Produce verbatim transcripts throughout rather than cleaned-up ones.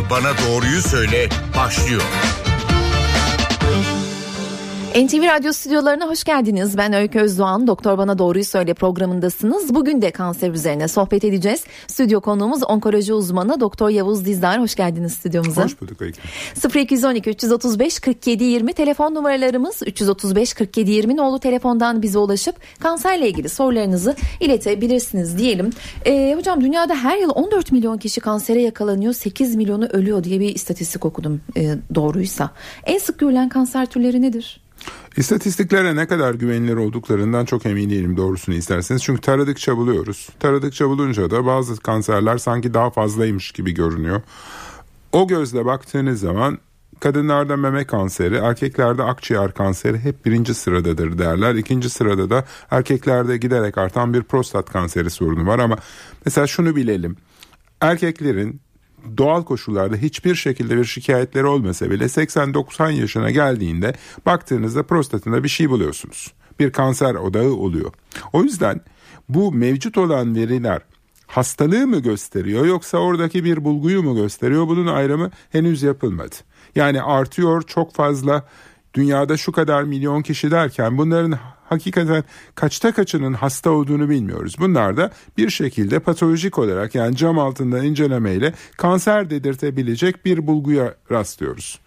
Bana Doğruyu Söyle başlıyor. N T V Radyo stüdyolarına hoş geldiniz. Ben Öykü Özdoğan. Doktor Bana Doğruyu Söyle programındasınız. Bugün de kanser üzerine sohbet edeceğiz. Stüdyo konuğumuz onkoloji uzmanı Doktor Yavuz Dizdar. Hoş geldiniz stüdyomuza. Hoş bulduk Öykü. sıfır iki on iki üç otuz beş kırk yedi yirmi telefon numaralarımız. üç otuz beş kırk yedi yirmi nolu telefondan bize ulaşıp kanserle ilgili sorularınızı iletebilirsiniz diyelim. Ee, hocam dünyada her yıl on dört milyon kişi kansere yakalanıyor. sekiz milyonu ölüyor diye bir istatistik okudum e, doğruysa. En sık görülen kanser türleri nedir? İstatistiklere ne kadar güvenilir olduklarından çok emin değilim doğrusunu isterseniz. Çünkü taradıkça buluyoruz. Taradıkça bulunca da bazı kanserler sanki daha fazlaymış gibi görünüyor. O gözle baktığınız zaman kadınlarda meme kanseri, erkeklerde akciğer kanseri hep birinci sıradadır derler. İkinci sırada da erkeklerde giderek artan bir prostat kanseri sorunu var. Ama mesela şunu bilelim. Erkeklerin doğal koşullarda hiçbir şekilde bir şikayetleri olmasa bile seksen doksan yaşına geldiğinde baktığınızda prostatında bir şey buluyorsunuz. Bir kanser odağı oluyor. O yüzden bu mevcut olan veriler hastalığı mı gösteriyor yoksa oradaki bir bulguyu mu gösteriyor? Bunun ayrımı henüz yapılmadı. Yani artıyor çok fazla, dünyada şu kadar milyon kişi derken bunların hakikaten kaçta kaçının hasta olduğunu bilmiyoruz. Bunlar da bir şekilde patolojik olarak, yani cam altında incelemeyle kanser dedirtebilecek bir bulguya rastlıyoruz.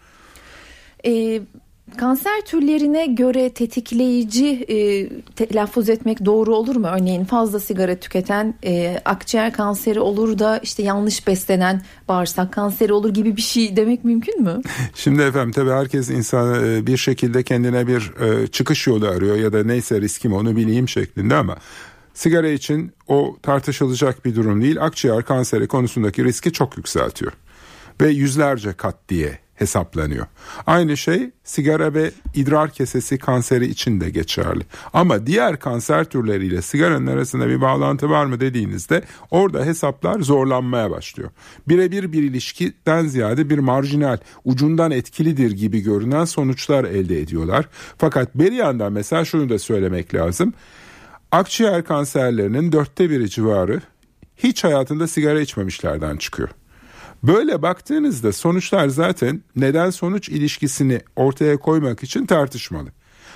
Ee, kanser türlerine göre tetikleyici e, telaffuz etmek doğru olur mu? Örneğin fazla sigara tüketen e, akciğer kanseri olur da işte yanlış beslenen bağırsak kanseri olur gibi bir şey demek mümkün mü? Şimdi efendim tabii herkes insan e, bir şekilde kendine bir e, çıkış yolu arıyor ya da neyse riskim onu bileyim şeklinde, ama sigara için o tartışılacak bir durum değil. Akciğer kanseri konusundaki riski çok yükseltiyor ve yüzlerce kat diye hesaplanıyor. Aynı şey sigara ve idrar kesesi kanseri için de geçerli. Ama diğer kanser türleriyle sigaranın arasında bir bağlantı var mı dediğinizde orada hesaplar zorlanmaya başlıyor. Birebir bir ilişkiden ziyade bir marjinal, ucundan etkilidir gibi görünen sonuçlar elde ediyorlar. Fakat bir yandan mesela şunu da söylemek lazım. Akciğer kanserlerinin dörtte biri civarı hiç hayatında sigara içmemişlerden çıkıyor. Böyle baktığınızda sonuçlar zaten neden sonuç ilişkisini ortaya koymak için tartışmalı.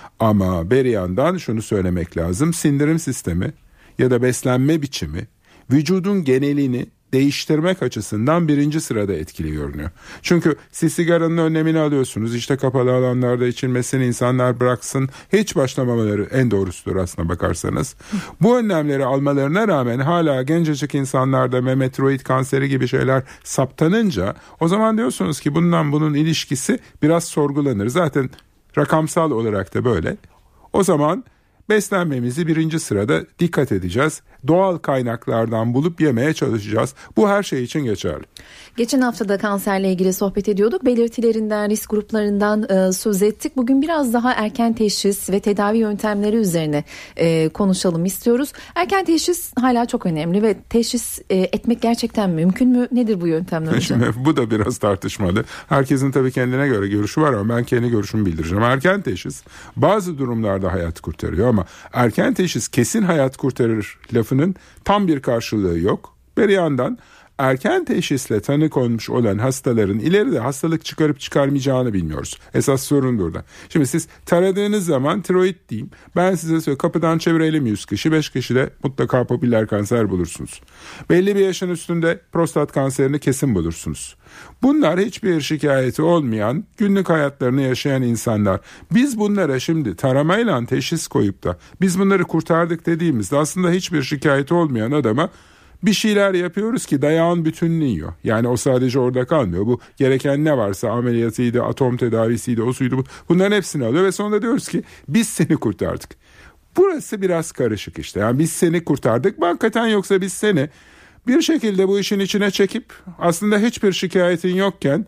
Ama bir yandan şunu söylemek lazım. Sindirim sistemi ya da beslenme biçimi vücudun genelini değiştirmek açısından birinci sırada etkili görünüyor. Çünkü siz sigaranın önlemini alıyorsunuz. İşte kapalı alanlarda içilmesini insanlar bıraksın. Hiç başlamamaları en doğrusudur aslına bakarsanız. Bu önlemleri almalarına rağmen hala gencecik insanlarda meme, tiroid kanseri gibi şeyler saptanınca o zaman diyorsunuz ki bundan bunun ilişkisi biraz sorgulanır. Zaten rakamsal olarak da böyle. O zaman beslenmemizi birinci sırada dikkat edeceğiz. Doğal kaynaklardan bulup yemeye çalışacağız. Bu her şey için geçerli. Geçen hafta da kanserle ilgili sohbet ediyorduk. Belirtilerinden, risk gruplarından e, söz ettik. Bugün biraz daha erken teşhis ve tedavi yöntemleri üzerine e, konuşalım istiyoruz. Erken teşhis hala çok önemli ve teşhis e, etmek gerçekten mümkün mü? Nedir bu yöntemler hocam? Şimdi bu da biraz tartışmalı. Herkesin tabii kendine göre görüşü var ama ben kendi görüşümü bildireceğim. Erken teşhis bazı durumlarda hayat kurtarıyor ama erken teşhis kesin hayat kurtarır lafının tam bir karşılığı yok. Bir yandan erken teşhisle tanı konmuş olan hastaların ileride hastalık çıkarıp çıkarmayacağını bilmiyoruz. Esas sorun burada. Şimdi siz taradığınız zaman tiroid diyeyim. Ben size söyleyeyim, kapıdan çevirelim yüz kişi, beş kişi de mutlaka popüler kanser bulursunuz. Belli bir yaşın üstünde prostat kanserini kesin bulursunuz. Bunlar hiçbir şikayeti olmayan, günlük hayatlarını yaşayan insanlar. Biz bunlara şimdi taramayla teşhis koyup da biz bunları kurtardık dediğimizde aslında hiçbir şikayeti olmayan adama bir şeyler yapıyoruz ki dayağın bütününü yiyor. Yani o sadece orada kalmıyor. Bu gereken ne varsa ameliyatıydı, atom tedavisiydi, o suydu bu. Bunların hepsini alıyor ve sonra diyoruz ki biz seni kurtardık. Burası biraz karışık işte. Yani biz seni kurtardık mı hakikaten, yoksa biz seni bir şekilde bu işin içine çekip aslında hiçbir şikayetin yokken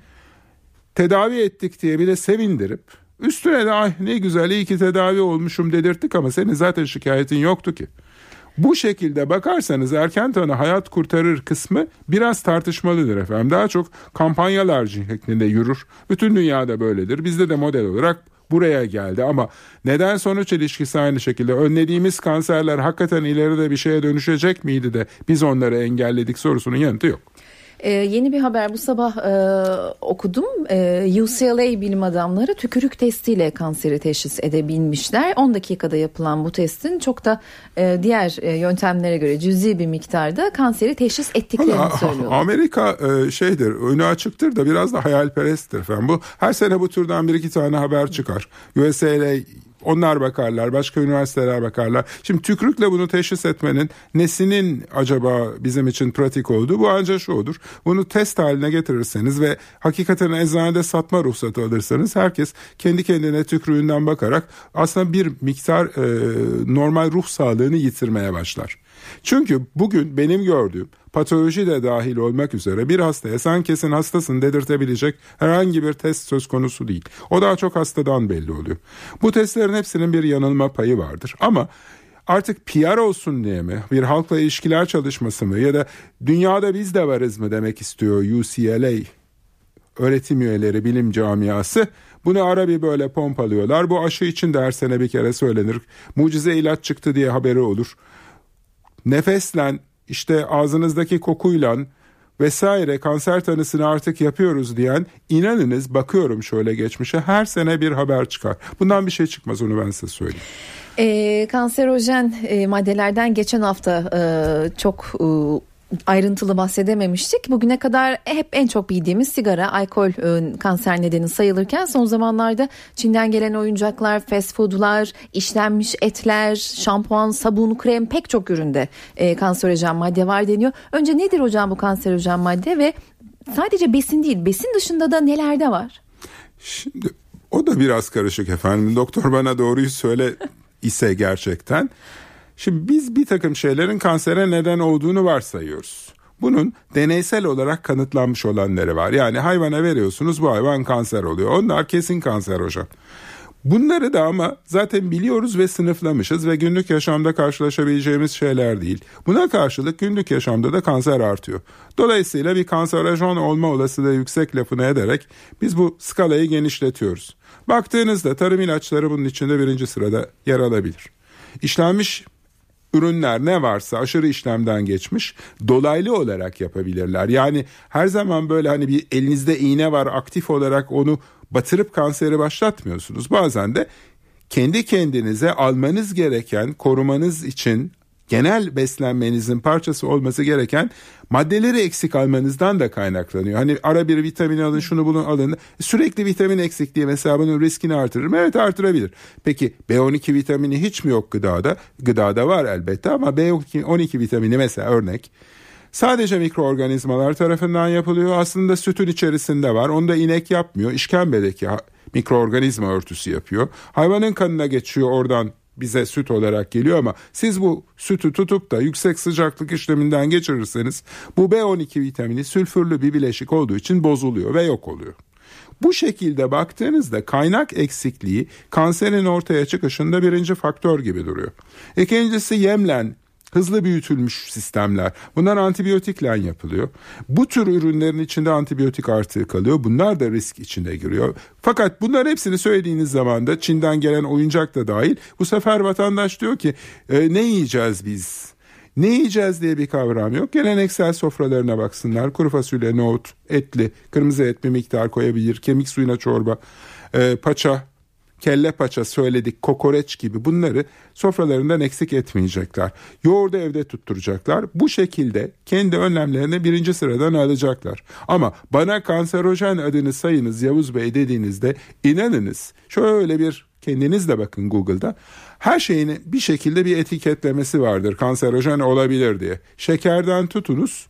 tedavi ettik diye bir de sevindirip üstüne de ay ne güzel iyi ki tedavi olmuşum dedirttik ama senin zaten şikayetin yoktu ki. Bu şekilde bakarsanız erken tanı hayat kurtarır kısmı biraz tartışmalıdır efendim. Daha çok kampanyalar şeklinde yürür. Bütün dünyada böyledir. Bizde de model olarak buraya geldi ama neden sonuç ilişkisi aynı şekilde. Önlediğimiz kanserler hakikaten ileride bir şeye dönüşecek miydi de biz onları engelledik sorusunun yanıtı yok. Ee, yeni bir haber bu sabah e, okudum. E, U C L A bilim adamları tükürük testiyle kanseri teşhis edebilmişler. on dakikada yapılan bu testin çok da e, diğer e, yöntemlere göre cüzi bir miktarda kanseri teşhis ettiklerini söylüyor. Amerika e, şeydir, önü açıktır da biraz da hayalperesttir efendim. Bu her sene bu türden bir iki tane haber çıkar. U C L A onlar bakarlar, başka üniversiteler bakarlar. Şimdi tükürükle bunu teşhis etmenin nesinin acaba bizim için pratik olduğu, bu ancak şu olur. Bunu test haline getirirseniz ve hakikaten eczanede satma ruhsatı alırsanız herkes kendi kendine tükürüğünden bakarak aslında bir miktar e, normal ruh sağlığını yitirmeye başlar. Çünkü bugün benim gördüğüm patoloji de dahil olmak üzere bir hastaya sen kesin hastasın dedirtebilecek herhangi bir test söz konusu değil. O daha çok hastadan belli oluyor. Bu testlerin hepsinin bir yanılma payı vardır ama artık P R olsun diye mi, bir halkla ilişkiler çalışması mı ya da dünyada biz de varız mı demek istiyor U C L A öğretim üyeleri, bilim camiası. Bunu ara bir böyle pompalıyorlar. Bu aşı için de her sene bir kere söylenir. Mucize ilaç çıktı diye haberi olur. Nefesle, işte ağzınızdaki kokuyla vesaire kanser tanısını artık yapıyoruz diyen, inanınız bakıyorum şöyle geçmişe, her sene bir haber çıkar. Bundan bir şey çıkmaz, onu ben size söyleyeyim. E, kanserojen e, maddelerden geçen hafta e, çok e, ayrıntılı bahsedememiştik. Bugüne kadar hep en çok bildiğimiz sigara, alkol e, kanser nedeni sayılırken son zamanlarda Çin'den gelen oyuncaklar, fast foodlar, işlenmiş etler, şampuan, sabun, krem, pek çok üründe e, kanserojen madde var deniyor. Önce nedir hocam bu kanserojen madde ve sadece besin değil, besin dışında da nelerde var? Şimdi o da biraz karışık efendim. Doktor bana doğruyu söyle ise gerçekten. Şimdi biz bir takım şeylerin kansere neden olduğunu varsayıyoruz. Bunun deneysel olarak kanıtlanmış olanları var. Yani hayvana veriyorsunuz, bu hayvan kanser oluyor. Onlar kesin kanserojen. Bunları da ama zaten biliyoruz ve sınıflamışız ve günlük yaşamda karşılaşabileceğimiz şeyler değil. Buna karşılık günlük yaşamda da kanser artıyor. Dolayısıyla bir kanserojen olma olasılığı yüksek lafını ederek biz bu skalayı genişletiyoruz. Baktığınızda tarım ilaçları bunun içinde birinci sırada yer alabilir. İşlenmiş ürünler ne varsa aşırı işlemden geçmiş, dolaylı olarak yapabilirler. Yani her zaman böyle hani bir elinizde iğne var, aktif olarak onu batırıp kanseri başlatmıyorsunuz. Bazen de kendi kendinize almanız gereken, korumanız için genel beslenmenizin parçası olması gereken maddeleri eksik almanızdan da kaynaklanıyor. Hani ara bir vitamin alın, şunu bunu alın. Sürekli vitamin eksikliği mesela bunun riskini artırır mı? Evet, artırabilir. Peki B on iki vitamini hiç mi yok gıdada? Gıdada var elbette ama B on iki vitamini mesela örnek sadece mikroorganizmalar tarafından yapılıyor. Aslında sütün içerisinde var. Onu da inek yapmıyor. İşkembedeki mikroorganizma örtüsü yapıyor. Hayvanın kanına geçiyor, oradan bize süt olarak geliyor ama siz bu sütü tutup da yüksek sıcaklık işleminden geçirirseniz bu B on iki vitamini sülfürlü bir bileşik olduğu için bozuluyor ve yok oluyor. Bu şekilde baktığınızda kaynak eksikliği kanserin ortaya çıkışında birinci faktör gibi duruyor. İkincisi yemlen, hızlı büyütülmüş sistemler. Bunlar antibiyotikle yapılıyor. Bu tür ürünlerin içinde antibiyotik artığı kalıyor. Bunlar da risk içine giriyor. Fakat bunların hepsini söylediğiniz zaman da Çin'den gelen oyuncak da dahil bu sefer vatandaş diyor ki e, ne yiyeceğiz biz? Ne yiyeceğiz diye bir kavram yok. Geleneksel sofralarına baksınlar. Kuru fasulye, nohut, etli, kırmızı et bir miktar koyabilir. Kemik suyuna çorba, e, paça, kelle paça söyledik, kokoreç gibi bunları sofralarından eksik etmeyecekler. Yoğurdu evde tutturacaklar. Bu şekilde kendi önlemlerini birinci sıradan alacaklar. Ama bana kanserojen adını sayınız Yavuz Bey dediğinizde inanınız şöyle bir kendiniz de bakın Google'da her şeyini bir şekilde bir etiketlemesi vardır. Kanserojen olabilir diye. Şekerden tutunuz.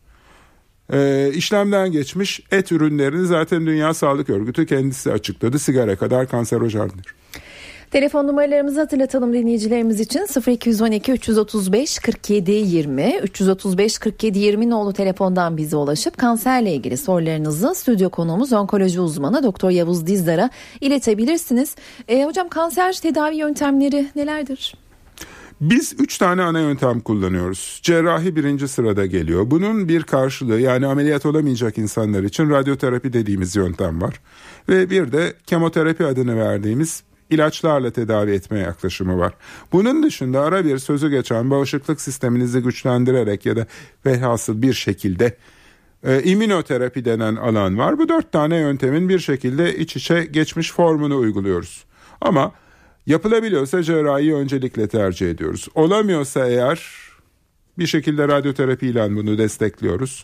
E, işlemden geçmiş et ürünlerini zaten Dünya Sağlık Örgütü kendisi açıkladı. Sigara kadar kanserojendir. Telefon numaralarımızı hatırlatalım dinleyicilerimiz için. sıfır iki on iki üç otuz beş kırk yedi yirmi üç otuz beş kırk yedi yirmi nolu telefondan bize ulaşıp kanserle ilgili sorularınızı stüdyo konuğumuz onkoloji uzmanı Doktor Yavuz Dizdar'a iletebilirsiniz. E, hocam kanser tedavi yöntemleri nelerdir? Biz üç tane ana yöntem kullanıyoruz. Cerrahi birinci sırada geliyor. Bunun bir karşılığı, yani ameliyat olamayacak insanlar için radyoterapi dediğimiz yöntem var. Ve bir de kemoterapi adını verdiğimiz ilaçlarla tedavi etme yaklaşımı var. Bunun dışında ara bir sözü geçen bağışıklık sisteminizi güçlendirerek ya da velhasıl bir şekilde e, immünoterapi denen alan var. Bu dört tane yöntemin bir şekilde iç içe geçmiş formunu uyguluyoruz. Ama yapılabiliyorsa cerrahiyi öncelikle tercih ediyoruz. Olamıyorsa eğer bir şekilde radyoterapiyle bunu destekliyoruz.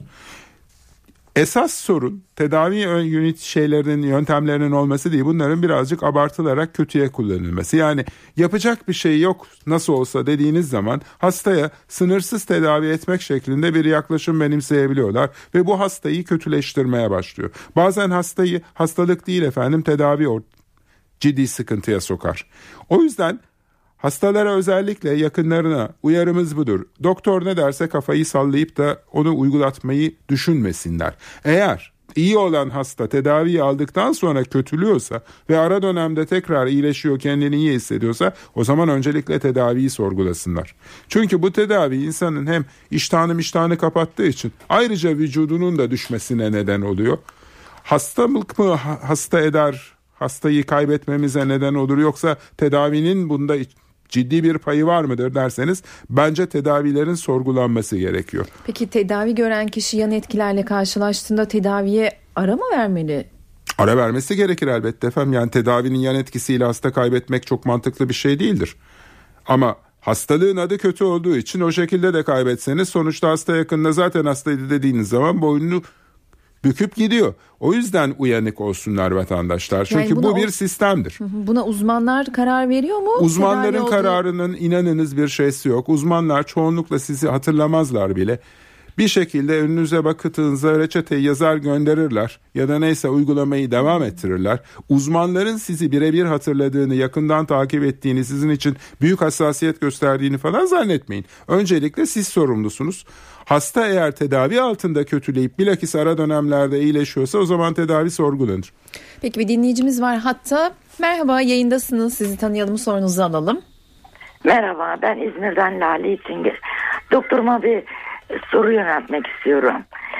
Esas sorun tedavi yönet şeylerinin, yöntemlerinin olması değil, bunların birazcık abartılarak kötüye kullanılması. Yani yapacak bir şey yok nasıl olsa dediğiniz zaman hastaya sınırsız tedavi etmek şeklinde bir yaklaşım benimseyebiliyorlar ve bu hastayı kötüleştirmeye başlıyor. Bazen hastayı hastalık değil efendim tedavi or- ciddi sıkıntıya sokar. O yüzden hastalara, özellikle yakınlarına uyarımız budur. Doktor ne derse kafayı sallayıp da onu uygulatmayı düşünmesinler. Eğer iyi olan hasta tedaviyi aldıktan sonra kötülüyorsa ve ara dönemde tekrar iyileşiyor, kendini iyi hissediyorsa o zaman öncelikle tedaviyi sorgulasınlar. Çünkü bu tedavi insanın hem iştahını miştahını kapattığı için ayrıca vücudunun da düşmesine neden oluyor. Hastalık mı hasta eder, hastayı kaybetmemize neden olur, yoksa tedavinin bunda ciddi bir payı var mıdır derseniz bence tedavilerin sorgulanması gerekiyor. Peki tedavi gören kişi yan etkilerle karşılaştığında tedaviye ara mı vermeli? Ara vermesi gerekir elbette efendim. Yani tedavinin yan etkisiyle hasta kaybetmek çok mantıklı bir şey değildir. Ama hastalığın adı kötü olduğu için o şekilde de kaybetseniz sonuçta hasta yakında zaten hastaydı dediğiniz zaman boynunu büküp gidiyor. O yüzden uyanık olsunlar vatandaşlar. Çünkü yani bu bir sistemdir. Buna uzmanlar karar veriyor mu? Uzmanların Tedavi kararının olduğu... inanınız bir şeysi yok. Uzmanlar çoğunlukla sizi hatırlamazlar bile. Bir şekilde önünüze bakıtığınızda reçeteyi yazar gönderirler ya da neyse uygulamayı devam ettirirler. Uzmanların sizi birebir hatırladığını, yakından takip ettiğini, sizin için büyük hassasiyet gösterdiğini falan zannetmeyin. Öncelikle siz sorumlusunuz. Hasta eğer tedavi altında kötüleyip bilakis ara dönemlerde iyileşiyorsa o zaman tedavi sorgulanır. Peki bir dinleyicimiz var hatta. Merhaba, yayındasınız, sizi tanıyalım, sorunuzu alalım. Merhaba, ben İzmir'den Lale İçingir. Doktoruma bir soru yöneltmek istiyorum.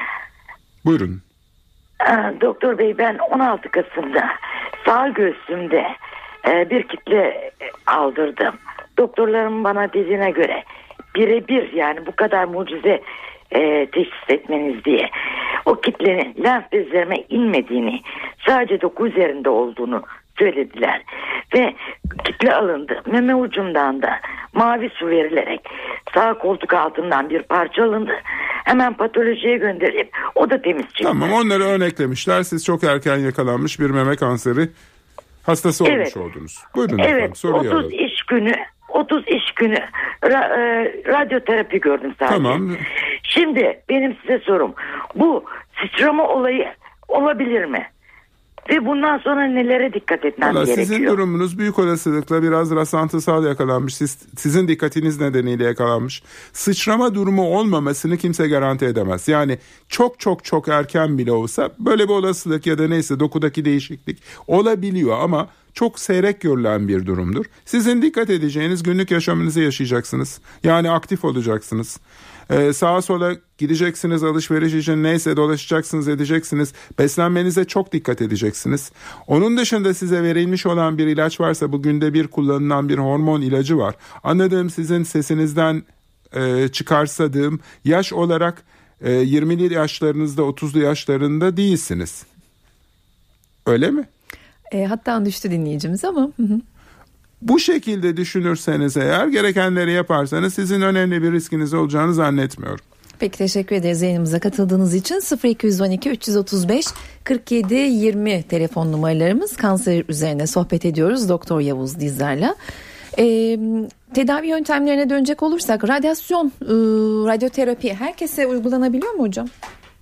Buyurun. Ee, Doktor Bey, ben on altı Kasım'da sağ göğsümde e, bir kitle aldırdım. Doktorlarım bana dediğine göre birebir, yani bu kadar mucize e, teşhis etmeniz diye, o kitlenin lenf bezlerime inmediğini, sadece doku üzerinde olduğunu söylediler. Ve kitle alındı. Meme ucumdan da mavi su verilerek sağ koltuk altından bir parça alındı. Hemen patolojiye gönderip o da temiz çıktı. Tamam, onları örneklemişler. Siz çok erken yakalanmış bir meme kanseri hastası evet. olmuş oldunuz. Buyurun evet, efendim, soruyu alalım. otuz iş günü otuz iş günü ra, e, radyoterapi gördüm sadece. Tamam. Şimdi benim size sorum, bu sıçrama olayı olabilir mi? Ve bundan sonra nelere dikkat etmem Vallahi gerekiyor? Sizin durumunuz büyük olasılıkla biraz rastlantısal yakalanmış. Siz, sizin dikkatiniz nedeniyle yakalanmış. Sıçrama durumu olmamasını kimse garanti edemez. Yani çok çok çok erken bile olsa böyle bir olasılık ya da neyse dokudaki değişiklik olabiliyor ama çok seyrek görülen bir durumdur. Sizin dikkat edeceğiniz, günlük yaşamınızı yaşayacaksınız. Yani aktif olacaksınız. Ee, sağa sola gideceksiniz, alışveriş için neyse dolaşacaksınız, edeceksiniz. Beslenmenize çok dikkat edeceksiniz. Onun dışında size verilmiş olan bir ilaç varsa, bu günde bir kullanılan bir hormon ilacı var. Anladığım, sizin sesinizden e, çıkarsadığım yaş olarak e, yirmili yaşlarınızda, otuzlu yaşlarında değilsiniz. Öyle mi? E, hatta düştü dinleyicimiz ama... Hı hı. Bu şekilde düşünürseniz eğer, gerekenleri yaparsanız sizin önemli bir riskiniz olacağını zannetmiyorum. Peki, teşekkür ederiz yayınımıza katıldığınız için. sıfır iki on iki üç otuz beş kırk yedi yirmi telefon numaralarımız. Kanser üzerine sohbet ediyoruz Doktor Yavuz Dizdar'la. Ee, tedavi yöntemlerine dönecek olursak, radyasyon, e, radyoterapi herkese uygulanabiliyor mu hocam?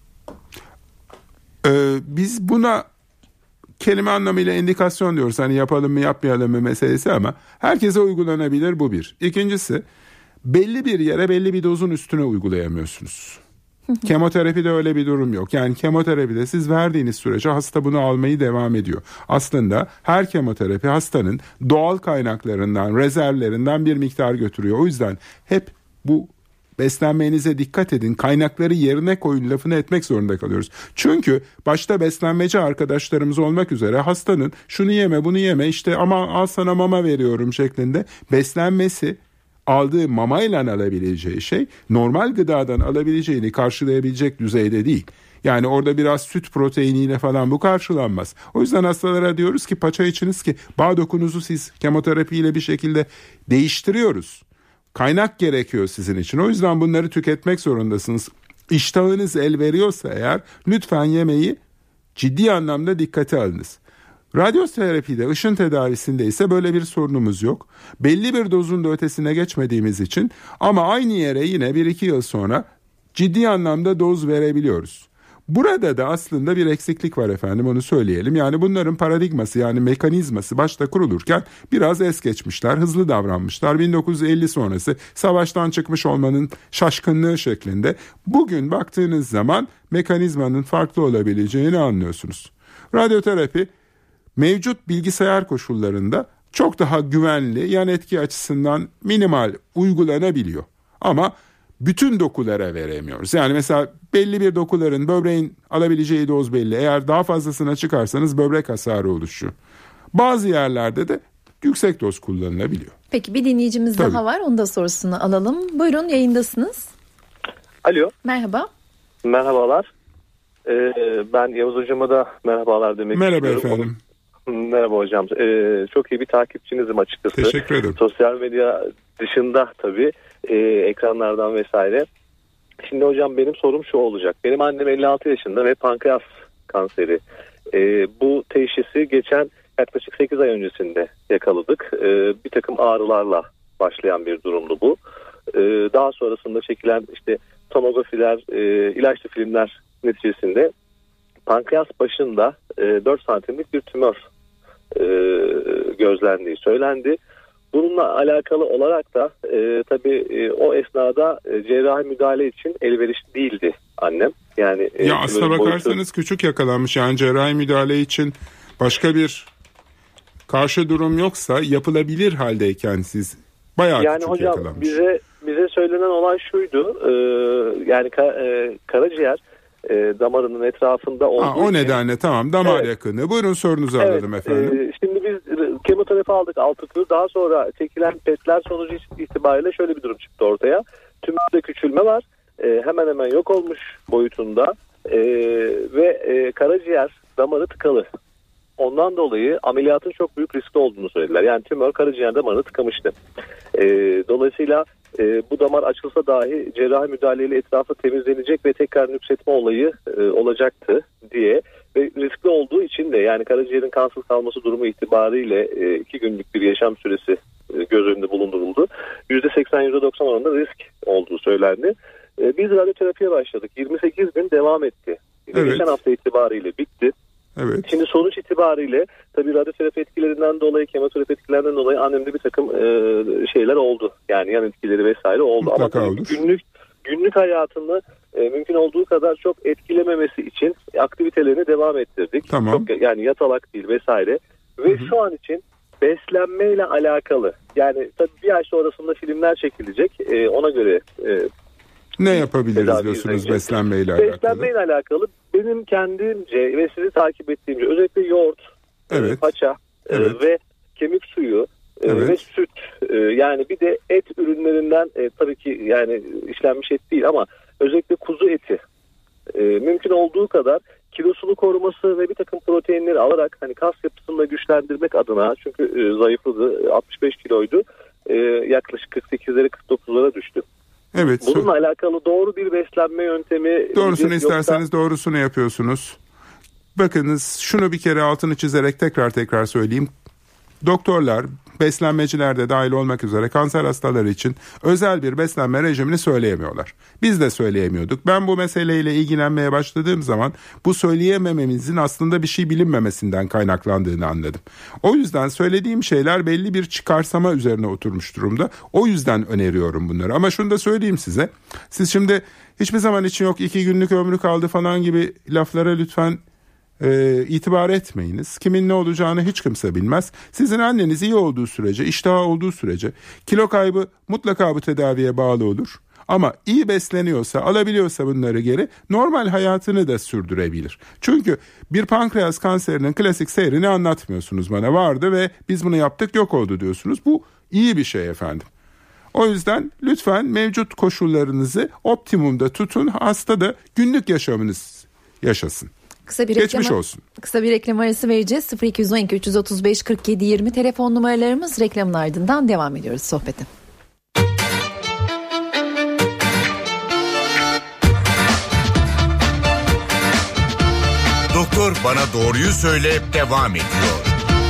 Ee, biz buna kelime anlamıyla indikasyon diyoruz. Hani yapalım mı yapmayalım mı meselesi, ama herkese uygulanabilir, bu bir. İkincisi, belli bir yere belli bir dozun üstüne uygulayamıyorsunuz. Kemoterapide öyle bir durum yok. Yani kemoterapide siz verdiğiniz sürece hasta bunu almayı devam ediyor. Aslında her kemoterapi hastanın doğal kaynaklarından, rezervlerinden bir miktar götürüyor. O yüzden hep bu beslenmenize dikkat edin, kaynakları yerine koyun lafını etmek zorunda kalıyoruz. Çünkü başta beslenmeci arkadaşlarımız olmak üzere hastanın şunu yeme bunu yeme işte ama al sana mama veriyorum şeklinde beslenmesi aldığı mamayla alabileceği şey normal gıdadan alabileceğini karşılayabilecek düzeyde değil. Yani orada biraz süt proteiniyle falan bu karşılanmaz. O yüzden hastalara diyoruz ki paça içiniz ki bağ dokunuzu siz kemoterapiyle bir şekilde değiştiriyoruz. Kaynak gerekiyor sizin için. O yüzden bunları tüketmek zorundasınız. İştahınız el veriyorsa eğer lütfen yemeği ciddi anlamda dikkate alınız. Radyoterapide, ışın tedavisinde ise böyle bir sorunumuz yok. Belli bir dozun da ötesine geçmediğimiz için ama aynı yere yine bir iki yıl sonra ciddi anlamda doz verebiliyoruz. Burada da aslında bir eksiklik var efendim, onu söyleyelim. Yani bunların paradigması, yani mekanizması başta kurulurken biraz es geçmişler, hızlı davranmışlar. bin dokuz yüz elli sonrası savaştan çıkmış olmanın şaşkınlığı şeklinde. Bugün baktığınız zaman mekanizmanın farklı olabileceğini anlıyorsunuz. Radyoterapi mevcut bilgisayar koşullarında çok daha güvenli, yan etki açısından minimal uygulanabiliyor. Ama bütün dokulara veremiyoruz. Yani mesela belli bir dokuların, böbreğin alabileceği doz belli. Eğer daha fazlasına çıkarsanız böbrek hasarı oluşuyor. Bazı yerlerde de yüksek doz kullanılabiliyor. Peki bir dinleyicimiz Tabii. daha var. Onun da sorusunu alalım. Buyurun, yayındasınız. Alo. Merhaba. Merhabalar. Ee, ben Yavuz Hocam'a da merhabalar demek Merhaba istiyorum. efendim. Merhaba hocam. Ee, çok iyi bir takipçinizim açıkçası. Teşekkür ederim. Sosyal medya dışında tabii e, ekranlardan vesaire. Şimdi hocam benim sorum şu olacak. Benim annem elli altı yaşında ve pankreas kanseri. Ee, bu teşhisi geçen yaklaşık sekiz ay öncesinde yakaladık. Ee, bir takım ağrılarla başlayan bir durumdu bu. Ee, daha sonrasında çekilen işte tomografiler, e, ilaçlı filmler neticesinde pankreas başında e, dört santimlik bir tümör e, gözlendiği söylendi. Bununla alakalı olarak da e, tabii e, o esnada e, cerrahi müdahale için elverişli değildi annem. Yani e, Ya aslına bakarsanız boyutu... küçük yakalanmış, yani cerrahi müdahale için başka bir karşı durum yoksa yapılabilir haldeyken siz bayağı yani küçük hocam, yakalanmış. bize bize söylenen olay şuydu, e, yani ka- e, karaciğer e, damarının etrafında olduğu Ha, o için... nedenle tamam, damar Evet. yakını. Buyurun sorunuzu Evet, alalım efendim. E, şimdi biz kemoterapi aldık altı tur. Daha sonra çekilen petler sonucu itibariyle şöyle bir durum çıktı ortaya. Tümörde küçülme var. E, hemen hemen yok olmuş boyutunda. E, ve e, karaciğer damarı tıkalı. Ondan dolayı ameliyatın çok büyük riskli olduğunu söylediler. Yani tümör karaciğer damarını tıkamıştı. E, dolayısıyla e, bu damar açılsa dahi cerrahi müdahaleyle etrafı temizlenecek ve tekrar nüksetme olayı e, olacaktı diye. Ve riskli olduğu için de, yani karaciğerin kansız kalması durumu itibariyle e, iki günlük bir yaşam süresi e, göz önünde bulunduruldu. yüzde seksen yüzde doksan oranında risk olduğu söylendi. E, biz radyoterapiye başladık. yirmi sekiz gün devam etti. Evet. Geçen hafta itibariyle bitti. Evet. Şimdi sonuç itibariyle tabii radyoterapi etkilerinden dolayı, kemoterapi etkilerinden dolayı annemde bir takım e, şeyler oldu. Yani yan etkileri vesaire oldu. Mutlaka Ama olur. günlük günlük hayatını e, mümkün olduğu kadar çok etkilememesi için aktivitelerini devam ettirdik. Tamam. Çok, yani yatalak değil vesaire. Ve Hı hı. şu an için beslenmeyle alakalı, yani tabii bir ay sonrasında filmler çekilecek. E, ona göre e, Ne yapabiliriz tedavi diyorsunuz izleyecek. beslenmeyle alakalı? Beslenmeyle alakalı benim kendimce ve sizi takip ettiğimce özellikle yoğurt, Evet. e, paça e, Evet. ve kemik suyu e, Evet. ve süt, e, yani bir de et ürünlerinden e, tabii ki yani işlenmiş et değil ama özellikle kuzu eti e, mümkün olduğu kadar kilosunu koruması ve bir takım proteinleri alarak hani kas yapısını da güçlendirmek adına, çünkü e, zayıfladı, altmış beş kiloydu, e, yaklaşık kırk sekizlere kırk dokuzlara düştü. Evet. so- Bununla alakalı doğru bir beslenme yöntemi... Doğrusunu yoksa- isterseniz doğrusunu yapıyorsunuz. Bakınız, şunu bir kere altını çizerek tekrar tekrar söyleyeyim. Doktorlar, beslenmeciler de dahil olmak üzere kanser hastaları için özel bir beslenme rejimini söyleyemiyorlar. Biz de söyleyemiyorduk. Ben bu meseleyle ilgilenmeye başladığım zaman bu söyleyemememizin aslında bir şey bilinmemesinden kaynaklandığını anladım. O yüzden söylediğim şeyler belli bir çıkarsama üzerine oturmuş durumda. O yüzden öneriyorum bunları. Ama şunu da söyleyeyim size. Siz şimdi hiçbir zaman için yok iki günlük ömrü kaldı falan gibi laflara lütfen E, itibar etmeyiniz. Kimin ne olacağını hiç kimse bilmez. Sizin anneniz iyi olduğu sürece, iştahı olduğu sürece kilo kaybı mutlaka bu tedaviye bağlı olur. Ama iyi besleniyorsa, alabiliyorsa bunları geri, normal hayatını da sürdürebilir. Çünkü bir pankreas kanserinin klasik seyrini anlatmıyorsunuz bana. Vardı ve biz bunu yaptık, yok oldu diyorsunuz. Bu iyi bir şey efendim. O yüzden lütfen mevcut koşullarınızı optimumda tutun. Hasta da günlük yaşamınız yaşasın. Kısa bir Geçmiş reklama, olsun. Kısa bir reklam arası vereceğiz. sıfır iki on iki üç otuz beş kırk yedi yirmi telefon numaralarımız. Reklamın ardından devam ediyoruz sohbete. Doktor Bana Doğruyu Söyle devam ediyor.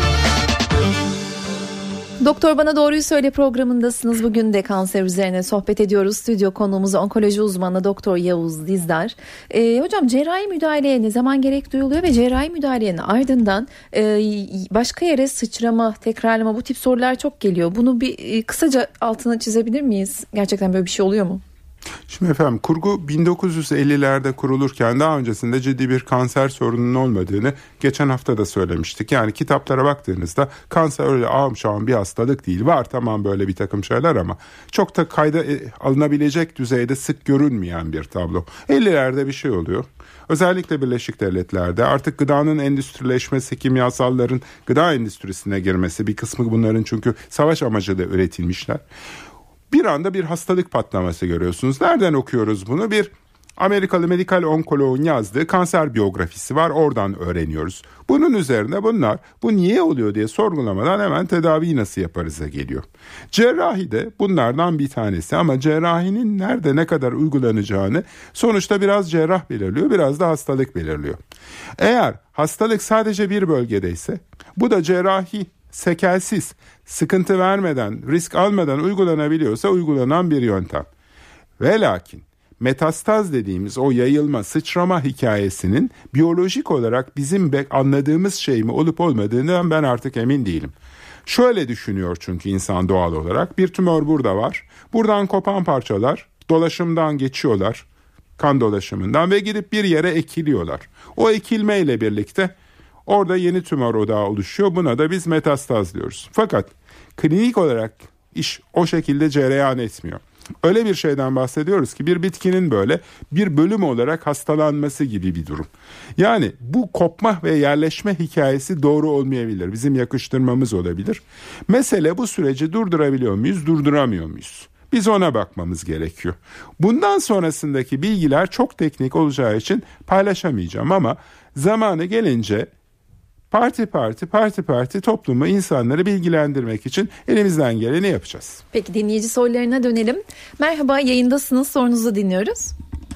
Doktor Bana Doğruyu Söyle programındasınız. Bugün de kanser üzerine sohbet ediyoruz. Stüdyo konuğumuz onkoloji uzmanı Doktor Yavuz Dizdar. Ee, hocam cerrahi müdahaleye ne zaman gerek duyuluyor ve cerrahi müdahalenin ardından e, başka yere sıçrama, tekrarlama, bu tip sorular çok geliyor. Bunu bir e, kısaca altını çizebilir miyiz? Gerçekten böyle bir şey oluyor mu? Şimdi efendim, kurgu bin dokuz yüz ellilerde kurulurken daha öncesinde ciddi bir kanser sorununun olmadığını geçen hafta da söylemiştik. Yani kitaplara baktığınızda kanser öyle ağım şağım bir hastalık değil. Var tamam böyle bir takım şeyler ama çok da kayda alınabilecek düzeyde sık görünmeyen bir tablo. ellilerde bir şey oluyor. Özellikle Birleşik Devletler'de artık gıdanın endüstrileşmesi, kimyasalların gıda endüstrisine girmesi, bir kısmı bunların çünkü savaş amacıyla üretilmişler. Bir anda bir hastalık patlaması görüyorsunuz. Nereden okuyoruz bunu? Bir Amerikalı medikal onkoloğun yazdığı kanser biyografisi var. Oradan öğreniyoruz. Bunun üzerine bunlar bu niye oluyor diye sorgulamadan hemen tedaviyi nasıl yaparız'a geliyor. Cerrahi de bunlardan bir tanesi ama cerrahinin nerede ne kadar uygulanacağını sonuçta biraz cerrah belirliyor, biraz da hastalık belirliyor. Eğer hastalık sadece bir bölgedeyse bu da cerrahi sekelsiz, sıkıntı vermeden, risk almadan uygulanabiliyorsa uygulanan bir yöntem. Ve lakin metastaz dediğimiz o yayılma, sıçrama hikayesinin biyolojik olarak bizim anladığımız şey mi olup olmadığından ben artık emin değilim. Şöyle düşünüyor çünkü insan doğal olarak, bir tümör burada var, buradan kopan parçalar dolaşımdan geçiyorlar, kan dolaşımından ve gidip bir yere ekiliyorlar. O ekilmeyle birlikte orada yeni tümör odağı oluşuyor. Buna da biz metastaz diyoruz. Fakat klinik olarak iş o şekilde cereyan etmiyor. Öyle bir şeyden bahsediyoruz ki bir bitkinin böyle bir bölüm olarak hastalanması gibi bir durum. Yani bu kopma ve yerleşme hikayesi doğru olmayabilir. Bizim yakıştırmamız olabilir. Mesele bu süreci durdurabiliyor muyuz, durduramıyor muyuz? Biz ona bakmamız gerekiyor. Bundan sonrasındaki bilgiler çok teknik olacağı için paylaşamayacağım ama zamanı gelince parti parti parti parti toplumu, insanları bilgilendirmek için elimizden geleni yapacağız. Peki dinleyici sorularına dönelim. Merhaba, yayındasınız, sorunuzu dinliyoruz.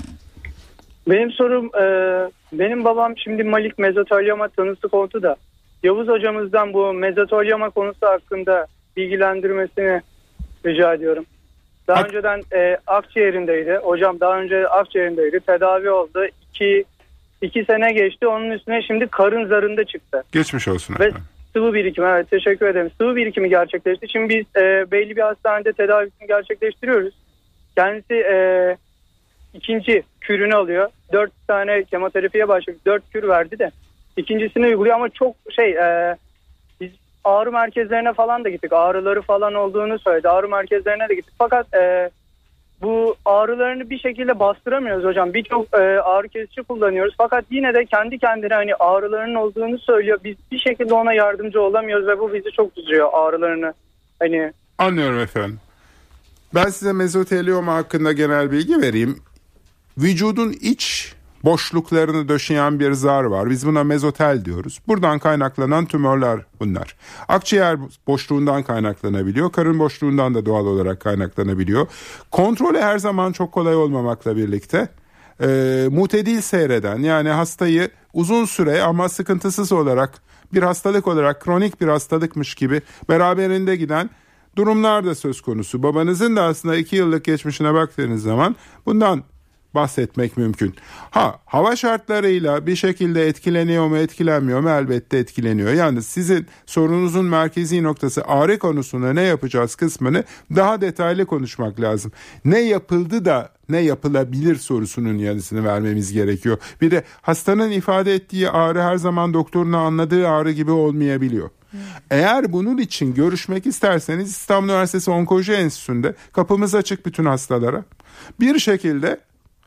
Benim sorum e, benim babam şimdi malik mezotelyoma tanısı kondu da Yavuz hocamızdan bu mezotelyoma konusu hakkında bilgilendirmesini rica ediyorum. Daha Ak- önceden e, akciğerindeydi. Hocam daha önce akciğerindeydi. Tedavi oldu. İki İki sene geçti. Onun üstüne şimdi karın zarında çıktı. Geçmiş olsun. Ve sıvı birikimi. Evet, teşekkür ederim. Sıvı birikimi gerçekleşti. Şimdi biz e, belli bir hastanede tedavisini gerçekleştiriyoruz. Kendisi e, ikinci kürünü alıyor. Dört tane kemoterapiye başladı. Dört kür verdi de. İkincisini uyguluyor ama çok şey e, biz ağrı merkezlerine falan da gittik. Ağrıları falan olduğunu söyledi. Ağrı merkezlerine de gittik. Fakat e, bu ağrılarını bir şekilde bastıramıyoruz hocam. Birçok e, ağrı kesici kullanıyoruz. Fakat yine de kendi kendine hani ağrılarının olduğunu söylüyor. Biz bir şekilde ona yardımcı olamıyoruz ve bu bizi çok üzüyor, ağrılarını. Hani Anlıyorum efendim. Ben size mezotelioma hakkında genel bilgi vereyim. Vücudun iç boşluklarını döşeyen bir zar var. Biz buna mezotel diyoruz. Buradan kaynaklanan tümörler bunlar. Akciğer boşluğundan kaynaklanabiliyor. Karın boşluğundan da doğal olarak kaynaklanabiliyor. Kontrolü her zaman çok kolay olmamakla birlikte e, mutedil seyreden, yani hastayı uzun süre ama sıkıntısız olarak bir hastalık olarak, kronik bir hastalıkmış gibi beraberinde giden durumlar da söz konusu. Babanızın da aslında iki yıllık geçmişine baktığınız zaman bundan bahsetmek mümkün. Ha, hava şartlarıyla bir şekilde etkileniyor mu, etkilenmiyor mu? Elbette etkileniyor. Yani sizin sorunuzun merkezi noktası ağrı konusunda ne yapacağız kısmını daha detaylı konuşmak lazım. Ne yapıldı da ne yapılabilir sorusunun yanıtını vermemiz gerekiyor. Bir de hastanın ifade ettiği ağrı her zaman doktorun anladığı ağrı gibi olmayabiliyor. Hmm. Eğer bunun için görüşmek isterseniz İstanbul Üniversitesi Onkoloji Enstitüsü'nde kapımız açık bütün hastalara. Bir şekilde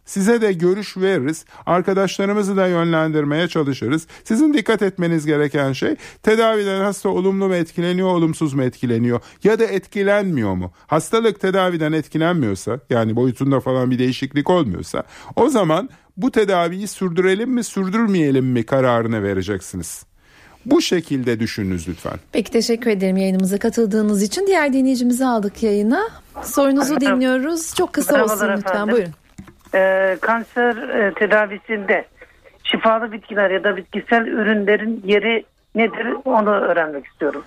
Size de görüş veririz. Arkadaşlarımızı da yönlendirmeye çalışırız. Sizin dikkat etmeniz gereken şey, tedaviden hasta olumlu mu etkileniyor, olumsuz mu etkileniyor ya da etkilenmiyor mu? Hastalık tedaviden etkilenmiyorsa, yani boyutunda falan bir değişiklik olmuyorsa, o zaman bu tedaviyi sürdürelim mi sürdürmeyelim mi kararını vereceksiniz. Bu şekilde düşününüz lütfen. Peki, teşekkür ederim yayınımıza katıldığınız için. Diğer dinleyicimizi aldık yayına. Sorunuzu dinliyoruz. Çok kısa Merhabalar olsun lütfen. efendim. Buyurun. Ee, kanser e, tedavisinde şifalı bitkiler ya da bitkisel ürünlerin yeri nedir, onu öğrenmek istiyorum.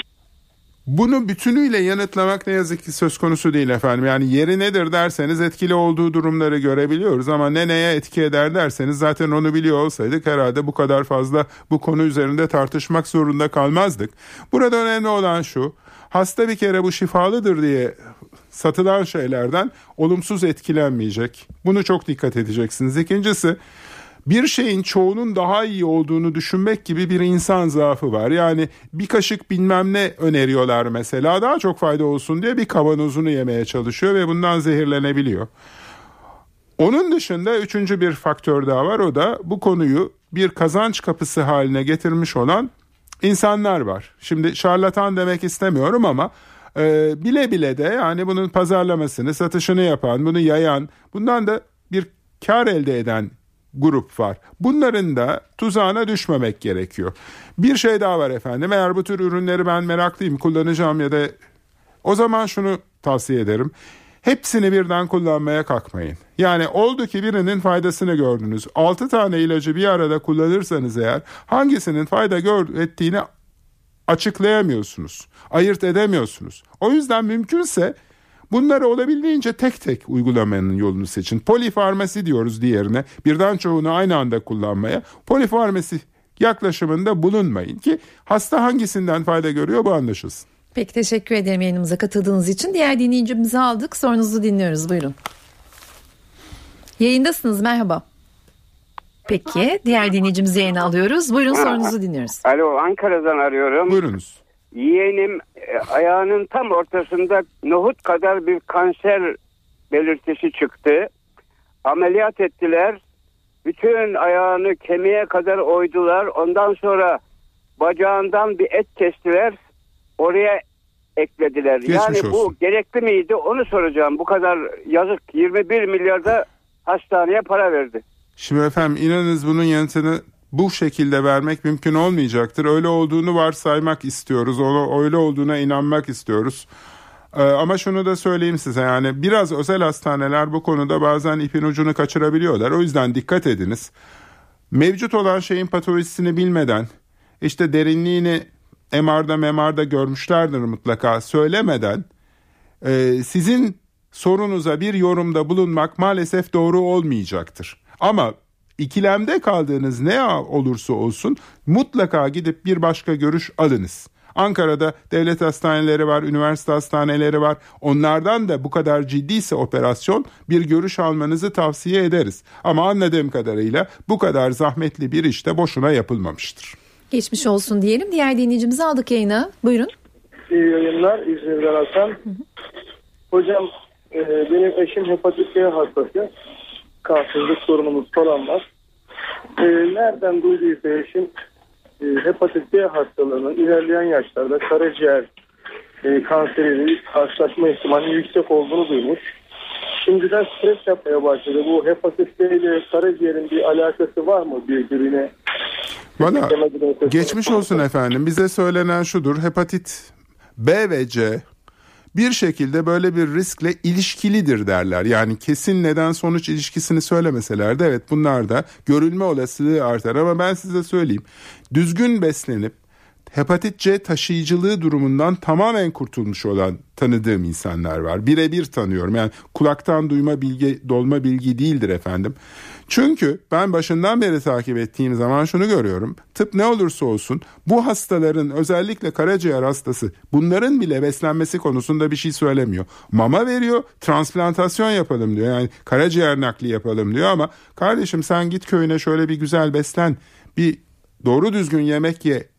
Bunu bütünüyle yanıtlamak ne yazık ki söz konusu değil efendim. Yani yeri nedir derseniz etkili olduğu durumları görebiliyoruz ama ne neye etki eder derseniz zaten onu biliyor olsaydık herhalde bu kadar fazla bu konu üzerinde tartışmak zorunda kalmazdık. Burada önemli olan şu: hasta bir kere bu şifalıdır diye satılan şeylerden olumsuz etkilenmeyecek. Bunu çok dikkat edeceksiniz. İkincisi, bir şeyin çoğunun daha iyi olduğunu düşünmek gibi bir insan zaafı var. Yani bir kaşık bilmem ne öneriyorlar mesela, daha çok fayda olsun diye bir kavanozunu yemeye çalışıyor ve bundan zehirlenebiliyor. Onun dışında üçüncü bir faktör daha var, o da bu konuyu bir kazanç kapısı haline getirmiş olan insanlar var. Şimdi şarlatan demek istemiyorum ama e, bile bile de yani bunun pazarlamasını, satışını yapan, bunu yayan, bundan da bir kar elde eden grup var. Bunların da tuzağına düşmemek gerekiyor. Bir şey daha var efendim. Eğer bu tür ürünleri ben meraklıyım, kullanacağım ya da, o zaman şunu tavsiye ederim: hepsini birden kullanmaya kalkmayın. Yani oldu ki birinin faydasını gördünüz. altı tane ilacı bir arada kullanırsanız eğer hangisinin fayda gör- ettiğini açıklayamıyorsunuz. Ayırt edemiyorsunuz. O yüzden mümkünse bunları olabildiğince tek tek uygulamanın yolunu seçin. Polifarmasi diyoruz diğerine. Birden çoğunu aynı anda kullanmaya. Polifarmasi yaklaşımında bulunmayın ki hasta hangisinden fayda görüyor bu anlaşılsın. Peki, teşekkür ederim yayınımıza katıldığınız için. Diğer dinleyicimizi aldık. Sorunuzu dinliyoruz. Buyurun. Yayındasınız. Merhaba. Peki, diğer dinleyicimizi yayına alıyoruz. Buyurun, sorunuzu dinliyoruz. Alo, Ankara'dan arıyorum. Buyurunuz. Yeğenim e, ayağının tam ortasında nohut kadar bir kanser belirtisi çıktı. Ameliyat ettiler. Bütün ayağını kemiğe kadar oydular. Ondan sonra bacağından bir et kestiler. Oraya eklediler. Geçmiş yani olsun. Bu gerekli miydi? Onu soracağım. Bu kadar yazık. yirmi bir milyarda hastaneye para verdi. Şimdi efendim, inanınız bunun yanıtını bu şekilde vermek mümkün olmayacaktır. Öyle olduğunu varsaymak istiyoruz. Onu öyle olduğuna inanmak istiyoruz. Ee, ama şunu da söyleyeyim size, yani biraz özel hastaneler bu konuda bazen ipin ucunu kaçırabiliyorlar. O yüzden dikkat ediniz. Mevcut olan şeyin patolojisini bilmeden, işte derinliğini M R'da M R'da görmüşlerdir mutlaka, söylemeden e, sizin sorunuza bir yorumda bulunmak maalesef doğru olmayacaktır. Ama İkilemde kaldığınız ne olursa olsun mutlaka gidip bir başka görüş alınız. Ankara'da devlet hastaneleri var, üniversite hastaneleri var. Onlardan da bu kadar ciddiyse operasyon, bir görüş almanızı tavsiye ederiz. Ama anladığım kadarıyla bu kadar zahmetli bir iş de boşuna yapılmamıştır. Geçmiş olsun diyelim. Diğer dinleyicimizi aldık yayına. Buyurun. İyi yayınlar. İzmir'den Hasan. Hocam e, benim eşim hepatit B hastası. Kansızlık sorunumuz falan var. E, nereden duyduysa eşim e, hepatit B hastalığının ilerleyen yaşlarda karaciğer e, kanseriyle karşılaşma ihtimalinin yüksek olduğunu duymuş. Şimdiden stres yapmaya başladı. Bu hepatit B ile karaciğerin bir alakası var mı birbirine? Bana geçmiş olsun efendim. Bize söylenen şudur: hepatit B ve C bir şekilde böyle bir riskle ilişkilidir derler. Yani kesin neden sonuç ilişkisini söylemeseler de evet, bunlar da görülme olasılığı artar. Ama ben size söyleyeyim, düzgün beslenip hepatit C taşıyıcılığı durumundan tamamen kurtulmuş olan tanıdığım insanlar var. Birebir tanıyorum. Yani kulaktan duyma bilgi, dolma bilgi değildir efendim. Çünkü ben başından beri takip ettiğim zaman şunu görüyorum: tıp ne olursa olsun bu hastaların, özellikle karaciğer hastası, bunların bile beslenmesi konusunda bir şey söylemiyor. Mama veriyor, transplantasyon yapalım diyor. Yani karaciğer nakli yapalım diyor ama kardeşim sen git köyüne şöyle bir güzel beslen, bir doğru düzgün yemek ye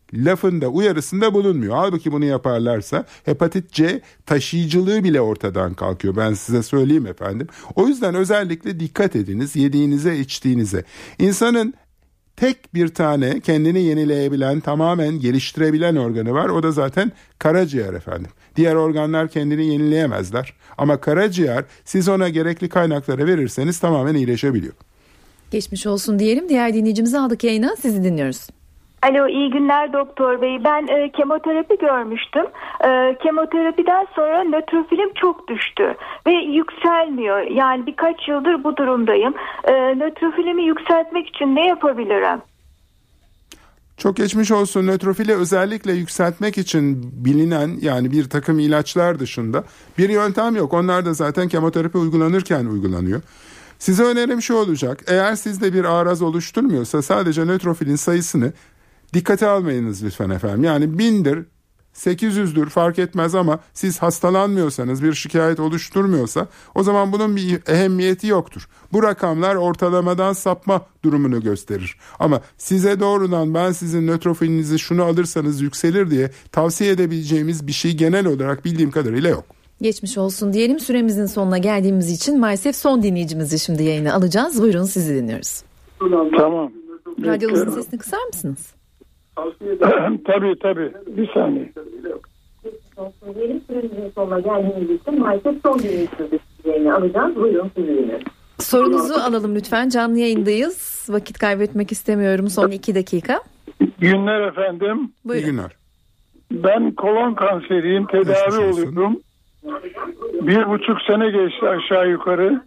lafında, uyarısında bulunmuyor. Halbuki bunu yaparlarsa hepatit C taşıyıcılığı bile ortadan kalkıyor. Ben size söyleyeyim efendim. O yüzden özellikle dikkat ediniz yediğinize, içtiğinize. İnsanın tek bir tane kendini yenileyebilen, tamamen geliştirebilen organı var. O da zaten karaciğer efendim. Diğer organlar kendini yenileyemezler. Ama karaciğer, siz ona gerekli kaynakları verirseniz tamamen iyileşebiliyor. Geçmiş olsun diyelim. Diğer dinleyicimizi aldık yayına. Sizi dinliyoruz. Alo, iyi günler doktor bey. Ben e, kemoterapi görmüştüm. E, kemoterapiden sonra nötrofilim çok düştü ve yükselmiyor. Yani birkaç yıldır bu durumdayım. E, nötrofilimi yükseltmek için ne yapabilirim? Çok geçmiş olsun. Nötrofili özellikle yükseltmek için bilinen, yani bir takım ilaçlar dışında bir yöntem yok. Onlar da zaten kemoterapi uygulanırken uygulanıyor. Size önerim şu olacak. Eğer sizde bir araz oluşturmuyorsa sadece nötrofilin sayısını dikkate almayınız lütfen efendim. Yani bindir, sekiz yüzdür fark etmez ama siz hastalanmıyorsanız, bir şikayet oluşturmuyorsa o zaman bunun bir ehemmiyeti yoktur. Bu rakamlar ortalamadan sapma durumunu gösterir. Ama size doğrudan ben sizin nötrofilinizi şunu alırsanız yükselir diye tavsiye edebileceğimiz bir şey genel olarak bildiğim kadarıyla yok. Geçmiş olsun diyelim. Süremizin sonuna geldiğimiz için maalesef son dinleyicimizi şimdi yayına alacağız. Buyurun, sizi dinliyoruz. Tamam. Radyonuzun sesini kısar mısınız? Tabii tabii. Bir saniye. Diyelim süremizin sonuna geldiğimiz için maalesef son dinleyicimizi yayına alacağız. Buyurun, sizi dinliyoruz. Sorunuzu alalım lütfen. Canlı yayındayız. Vakit kaybetmek istemiyorum. Son iki dakika. Günler efendim. Buyurun. İyi günler. Ben kolon kanseriyim. Tedavi oluyorum. Bir buçuk sene geçti aşağı yukarı.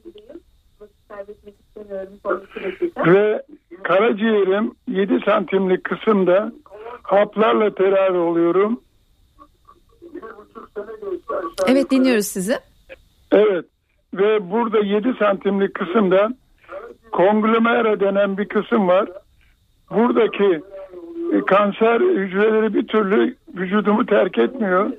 Ve karaciğerim yedi santimlik kısımda haplarla tedavi oluyorum. Evet, dinliyoruz sizi. Evet. Ve burada yedi santimlik kısımda konglomera denen bir kısım var. Buradaki kanser hücreleri bir türlü vücudumu terk etmiyor.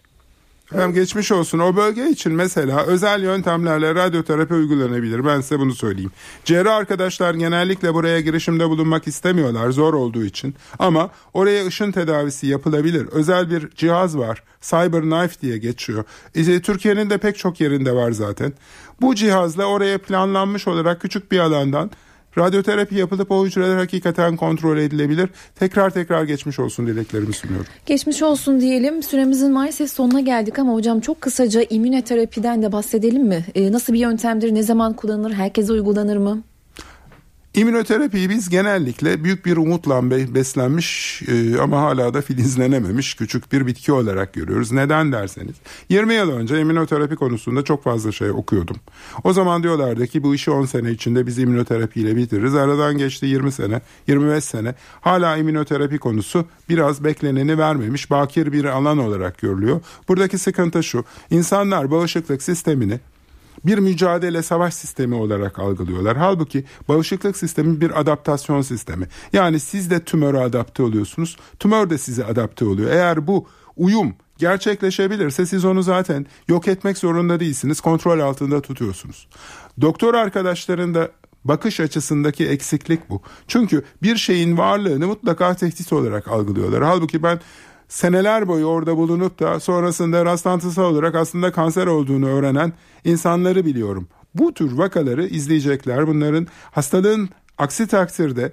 Hem geçmiş olsun. O bölge için mesela özel yöntemlerle radyoterapi uygulanabilir. Ben size bunu söyleyeyim. Cerrah arkadaşlar genellikle buraya girişimde bulunmak istemiyorlar, zor olduğu için. Ama oraya ışın tedavisi yapılabilir. Özel bir cihaz var. CyberKnife diye geçiyor. İşte Türkiye'nin de pek çok yerinde var zaten. Bu cihazla oraya planlanmış olarak küçük bir alandan radyoterapi yapılıp o hücreler hakikaten kontrol edilebilir. Tekrar tekrar geçmiş olsun dileklerimi sunuyorum. Geçmiş olsun diyelim. Süremizin maalesef sonuna geldik ama hocam çok kısaca immünoterapiden de bahsedelim mi? Ee, nasıl bir yöntemdir? Ne zaman kullanılır? Herkese uygulanır mı? İmmünoterapiyi biz genellikle büyük bir umutla beslenmiş e, ama hala da filizlenememiş küçük bir bitki olarak görüyoruz. Neden derseniz yirmi yıl önce immünoterapi konusunda çok fazla şey okuyordum. O zaman diyorlardı ki bu işi on sene içinde biz immünoterapiyle bitiririz. Aradan geçti yirmi sene, yirmi beş sene. Hala immünoterapi konusu biraz bekleneni vermemiş, bakir bir alan olarak görülüyor. Buradaki sıkıntı şu: insanlar bağışıklık sistemini bir mücadele, savaş sistemi olarak algılıyorlar. Halbuki bağışıklık sistemi bir adaptasyon sistemi. Yani siz de tümöre adapte oluyorsunuz, tümör de size adapte oluyor. Eğer bu uyum gerçekleşebilirse siz onu zaten yok etmek zorunda değilsiniz, kontrol altında tutuyorsunuz. Doktor arkadaşların da bakış açısındaki eksiklik bu. Çünkü bir şeyin varlığını mutlaka tehdit olarak algılıyorlar. Halbuki ben seneler boyu orada bulunup da sonrasında rastlantısal olarak aslında kanser olduğunu öğrenen insanları biliyorum. Bu tür vakaları izleyecekler. Bunların hastalığın aksi takdirde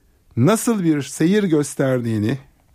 nasıl bir seyir gösterdiğini,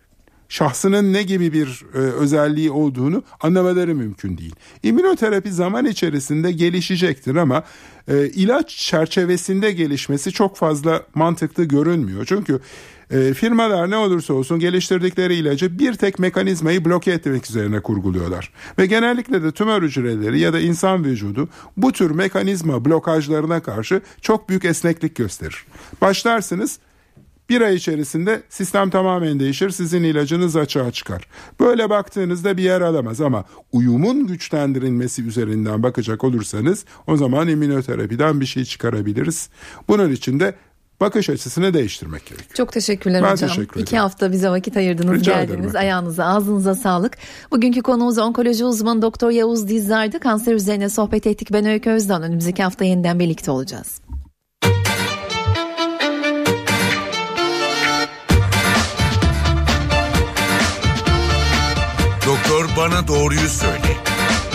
şahsının ne gibi bir e, özelliği olduğunu anlamaları mümkün değil. İmmünoterapi zaman içerisinde gelişecektir ama e, ilaç çerçevesinde gelişmesi çok fazla mantıklı görünmüyor. Çünkü e, firmalar ne olursa olsun geliştirdikleri ilacı bir tek mekanizmayı bloke etmek üzerine kurguluyorlar. Ve genellikle de tümör hücreleri ya da insan vücudu bu tür mekanizma blokajlarına karşı çok büyük esneklik gösterir. Başlarsınız, bir ay içerisinde sistem tamamen değişir, sizin ilacınız açığa çıkar. Böyle baktığınızda bir yer alamaz ama uyumun güçlendirilmesi üzerinden bakacak olursanız o zaman immünoterapiden bir şey çıkarabiliriz. Bunun için de bakış açısını değiştirmek gerekiyor. Çok teşekkürler ben hocam. Teşekkür İki hafta bize vakit ayırdınız, Rica geldiniz. Ayağınıza, ağzınıza sağlık. Bugünkü konuğumuz onkoloji uzmanı Doktor Yavuz Dizdar'dı. Kanser üzerine sohbet ettik. Ben Öykü Özdan. Önümüzdeki hafta yeniden birlikte olacağız. Bana doğruyu söyle.